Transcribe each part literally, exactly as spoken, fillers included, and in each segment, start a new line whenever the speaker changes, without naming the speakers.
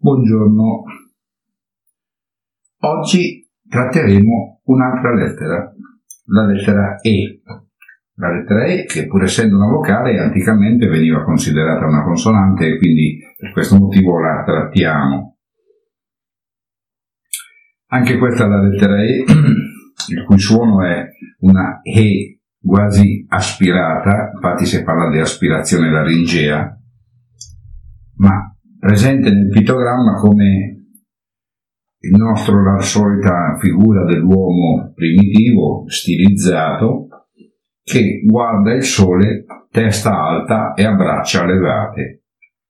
Buongiorno. Oggi tratteremo un'altra lettera, la lettera E. La lettera E, che pur essendo una vocale, anticamente veniva considerata una consonante e quindi per questo motivo la trattiamo. Anche questa è la lettera E, il cui suono è una E quasi aspirata, infatti si parla di aspirazione laringea, ma presente nel pittogramma come il nostro, la solita figura dell'uomo primitivo, stilizzato, che guarda il sole, testa alta e a braccia levate.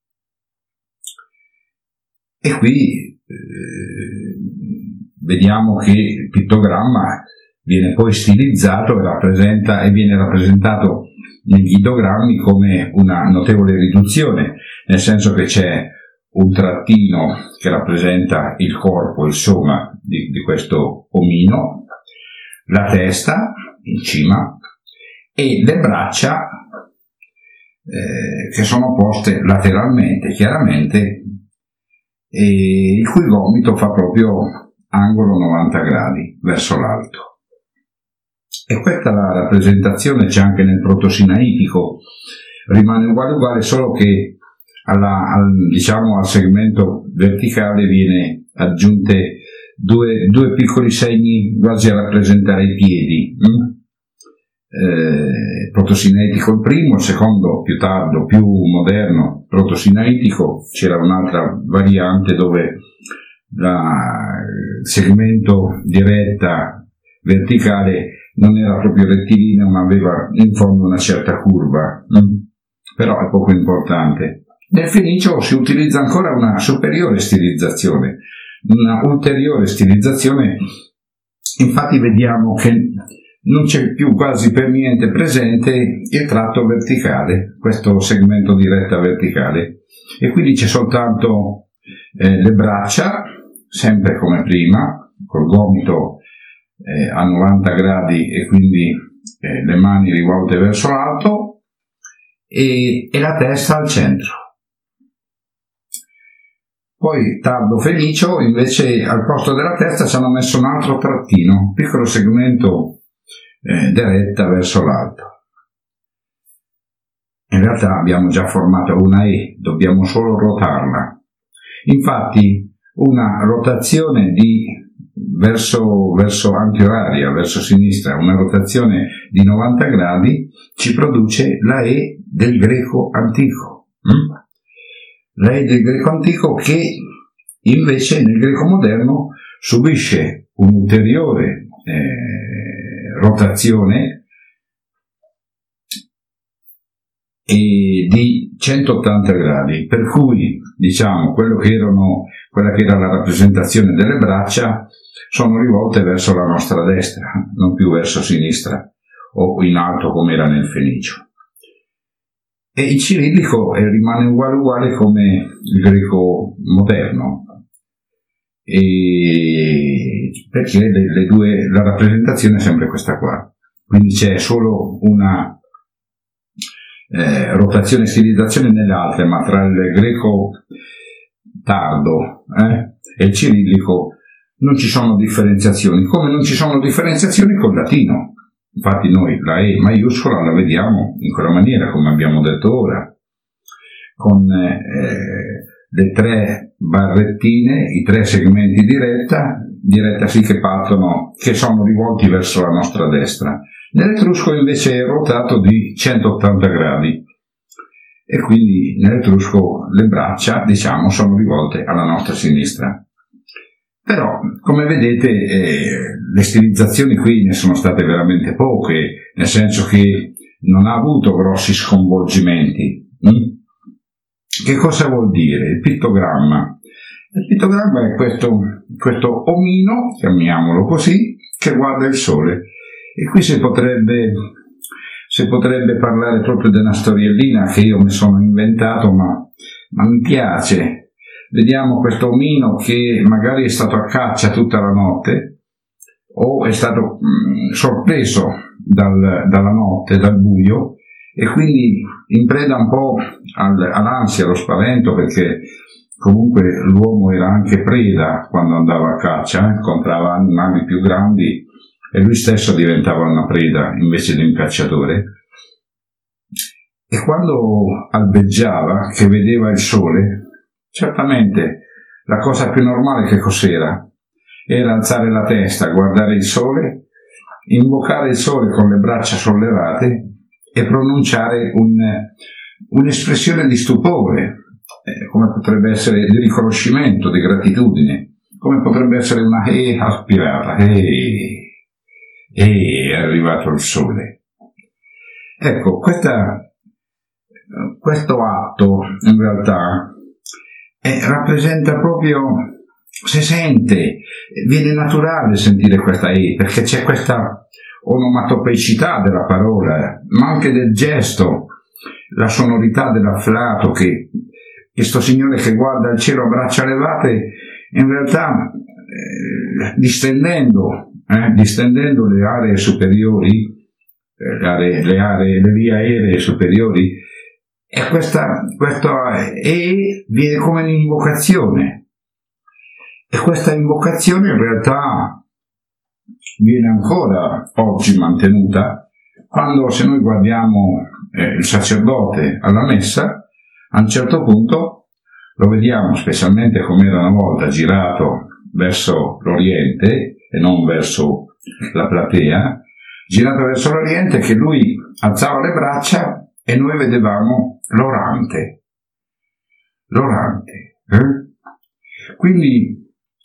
E qui eh, vediamo che il pittogramma viene poi stilizzato e, rappresenta, e viene rappresentato negli idogrammi come una notevole riduzione, nel senso che c'è un trattino che rappresenta il corpo, il soma di, di questo omino, la testa in cima e le braccia eh, che sono poste lateralmente, chiaramente, e il cui gomito fa proprio angolo novanta gradi verso l'alto. E questa la rappresentazione c'è anche nel protosinaitico, rimane uguale uguale, solo che alla, al, diciamo, al segmento verticale viene aggiunte due, due piccoli segni quasi a rappresentare i piedi. Mm? Eh, protosinaitico il primo, il secondo più tardo, più moderno, protosinaitico, c'era un'altra variante dove la, il segmento di retta verticale non era proprio rettilineo ma aveva in fondo una certa curva, mm? Però è poco importante. Nel fenicio si utilizza ancora una superiore stilizzazione, una ulteriore stilizzazione, infatti vediamo che non c'è più quasi per niente presente il tratto verticale, questo segmento di retta verticale, e quindi c'è soltanto eh, le braccia, sempre come prima, col gomito eh, a novanta gradi e quindi eh, le mani rivolte verso l'alto e, e la testa al centro. Poi tardo fenicio, invece, al posto della testa ci hanno messo un altro trattino, un piccolo segmento eh, diretta verso l'alto. In realtà abbiamo già formato una E, dobbiamo solo rotarla. Infatti una rotazione di verso, verso antioraria, verso sinistra, una rotazione di novanta gradi ci produce la E del greco antico. Mm? La E del greco antico che invece nel greco moderno subisce un'ulteriore eh, rotazione e di centottanta gradi, per cui diciamo quello che erano, quella che era la rappresentazione delle braccia sono rivolte verso la nostra destra, non più verso sinistra o in alto come era nel fenicio. E il cirillico rimane uguale uguale come il greco moderno, e perché le, le due, la rappresentazione è sempre questa qua, quindi c'è solo una eh, rotazione e stilizzazione nelle altre, ma tra il greco tardo eh, e il cirillico non ci sono differenziazioni, come non ci sono differenziazioni col latino. Infatti noi la E maiuscola la vediamo in quella maniera, come abbiamo detto ora, con eh, le tre barrettine, i tre segmenti di retta, di retta sì che partono, che sono rivolti verso la nostra destra. Nell'etrusco invece è rotato di centottanta gradi e quindi nell'etrusco le braccia, diciamo, sono rivolte alla nostra sinistra. Però, come vedete, eh, le stilizzazioni qui ne sono state veramente poche, nel senso che non ha avuto grossi sconvolgimenti. Mm? Che cosa vuol dire il pittogramma? Il pittogramma è questo, questo omino, chiamiamolo così, che guarda il sole. E qui si potrebbe, si potrebbe parlare proprio di una storiellina che io mi sono inventato, ma, ma mi piace. Vediamo questo omino che magari è stato a caccia tutta la notte o è stato mh, sorpreso dal, dalla notte, dal buio, e quindi in preda un po' al, all'ansia, allo spavento, perché comunque l'uomo era anche preda quando andava a caccia, eh? Incontrava animali più grandi e lui stesso diventava una preda invece di un cacciatore. E quando albeggiava, che vedeva il sole, certamente la cosa più normale che cos'era? Era alzare la testa, guardare il sole, invocare il sole con le braccia sollevate e pronunciare un, un'espressione di stupore, eh, come potrebbe essere di riconoscimento, di gratitudine, come potrebbe essere una E aspirata, E, E, è arrivato il sole. Ecco, questa, questo atto in realtà eh, rappresenta proprio, si sente, viene naturale sentire questa E, perché c'è questa onomatopeicità della parola, ma anche del gesto, la sonorità dell'afflato che questo signore che guarda il cielo a braccia levate, in realtà eh, distendendo, eh, distendendo le aree superiori, eh, le, aree, le, aree, le vie aeree superiori, e questa, questa E viene come un'invocazione. E questa invocazione in realtà viene ancora oggi mantenuta quando, se noi guardiamo eh, il sacerdote alla messa, a un certo punto lo vediamo, specialmente come era una volta, girato verso l'Oriente e non verso la platea, girato verso l'Oriente, che lui alzava le braccia e noi vedevamo l'orante. L'orante. Eh? Quindi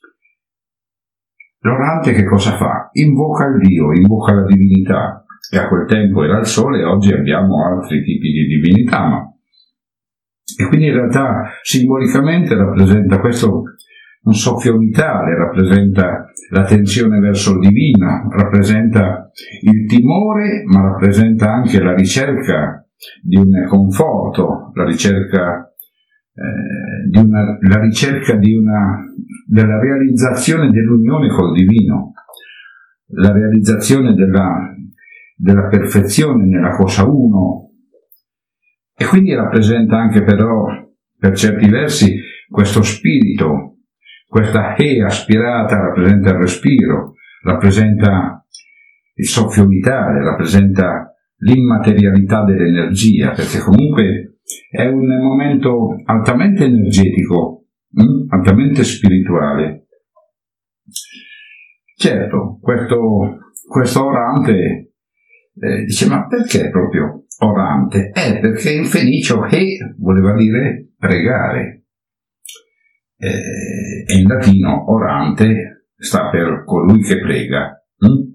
l'orante che cosa fa? Invoca il Dio, invoca la divinità, e a quel tempo era il sole, oggi abbiamo altri tipi di divinità, ma... e quindi in realtà simbolicamente rappresenta questo un soffio vitale, rappresenta la tensione verso il divino, rappresenta il timore, ma rappresenta anche la ricerca di un conforto, la ricerca eh, di una, la ricerca di una della realizzazione dell'unione col divino, la realizzazione della, della perfezione nella cosa uno, e quindi rappresenta anche però per certi versi questo spirito, questa E aspirata rappresenta il respiro, rappresenta il soffio vitale, rappresenta l'immaterialità dell'energia, perché comunque è un momento altamente energetico, hm? altamente spirituale. Certo, questo, questo orante eh, dice, ma perché proprio orante? Eh, perché in fenicio he voleva dire pregare, eh, e in latino orante sta per colui che prega. Hm?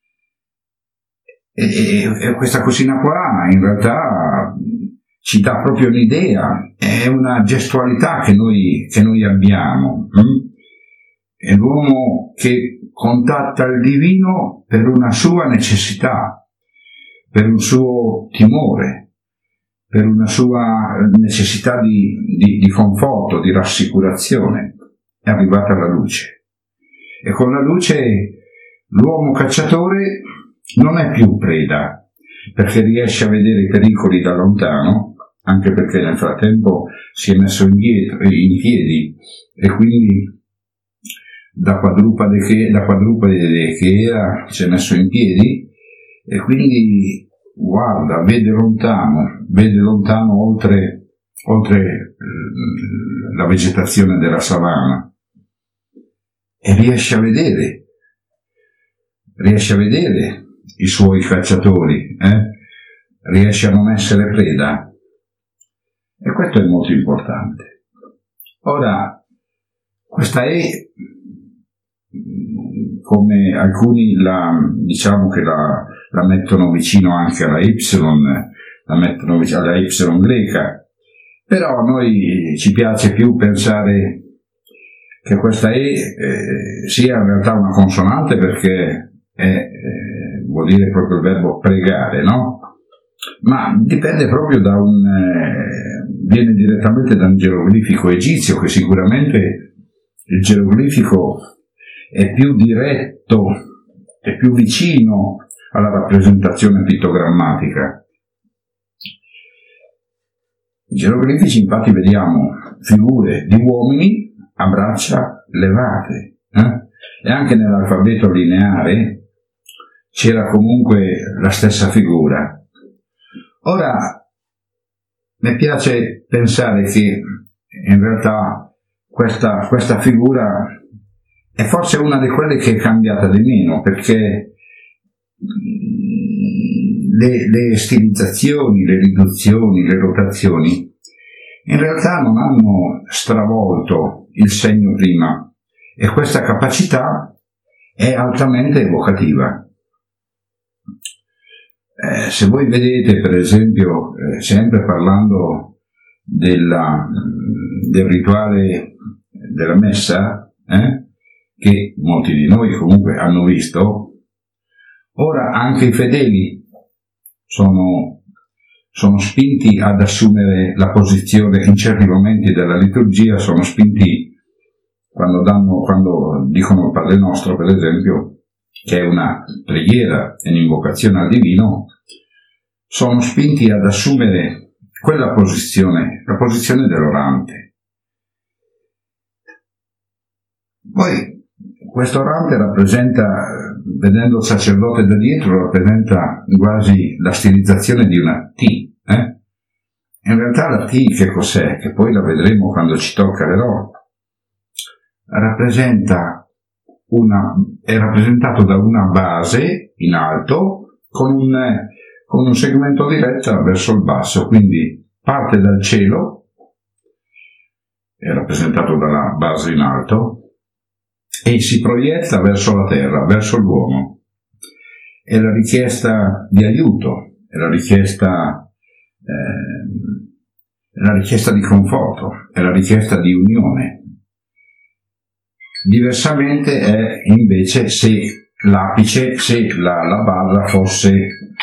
E, e, e questa cosina qua in realtà ci dà proprio l'idea, è una gestualità che noi, che noi abbiamo. Hm? È l'uomo che contatta il divino per una sua necessità, per un suo timore, per una sua necessità di, di, di conforto, di rassicurazione. È arrivata la luce. E con la luce l'uomo cacciatore non è più preda, perché riesce a vedere i pericoli da lontano, anche perché nel frattempo si è messo indietro, in piedi, e quindi da quadrupede che, da quadrupede che era, si è messo in piedi, e quindi guarda, vede lontano, vede lontano oltre, oltre la vegetazione della savana, e riesce a vedere, riesce a vedere i suoi cacciatori, eh? riesce a non essere preda, e questo è molto importante. Ora, questa è, come alcuni la, diciamo che la, la mettono vicino anche alla Y, la mettono vicino alla Y greca, però a noi ci piace più pensare che questa E eh, sia in realtà una consonante, perché è, eh, vuol dire proprio il verbo pregare, no? Ma dipende proprio da un, eh, viene direttamente da un geroglifico egizio, che sicuramente il geroglifico è più diretto, è più vicino alla rappresentazione pittogrammatica. I geroglifici infatti vediamo figure di uomini a braccia levate, eh? E anche nell'alfabeto lineare c'era comunque la stessa figura. Ora, mi piace pensare che in realtà questa, questa figura è forse una di quelle che è cambiata di meno, perché le, le stilizzazioni, le riduzioni, le rotazioni in realtà non hanno stravolto il segno prima, e questa capacità è altamente evocativa. Eh, se voi vedete, per esempio, eh, sempre parlando della, del rituale della messa, eh, che molti di noi comunque hanno visto, ora anche i fedeli sono, sono spinti ad assumere la posizione in certi momenti della liturgia, sono spinti quando, danno, quando dicono il Padre Nostro, per esempio, che è una preghiera e un'invocazione al divino, sono spinti ad assumere quella posizione, la posizione dell'orante. Poi questo orante rappresenta, vedendo il sacerdote da dietro, rappresenta quasi la stilizzazione di una T. Eh? In realtà la T che cos'è? Che poi la vedremo quando ci tocca però. Rappresenta una, è rappresentato da una base in alto con un, con un segmento di retta verso il basso, quindi parte dal cielo, è rappresentato dalla base in alto, e si proietta verso la terra, verso l'uomo. È la richiesta di aiuto, è la richiesta, eh, è la richiesta di conforto, è la richiesta di unione. Diversamente è invece se l'apice, se la, la barra fosse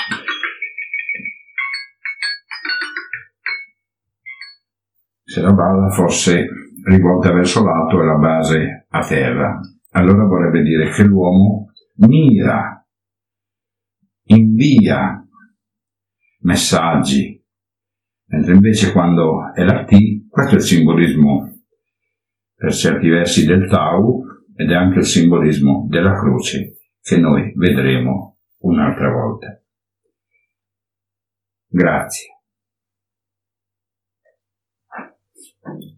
se la barra fosse rivolta verso l'alto e la base a terra. Allora vorrebbe dire che l'uomo mira, invia messaggi, mentre invece quando è la T, questo è il simbolismo per certi versi del Tau, ed è anche il simbolismo della croce che noi vedremo un'altra volta. Grazie.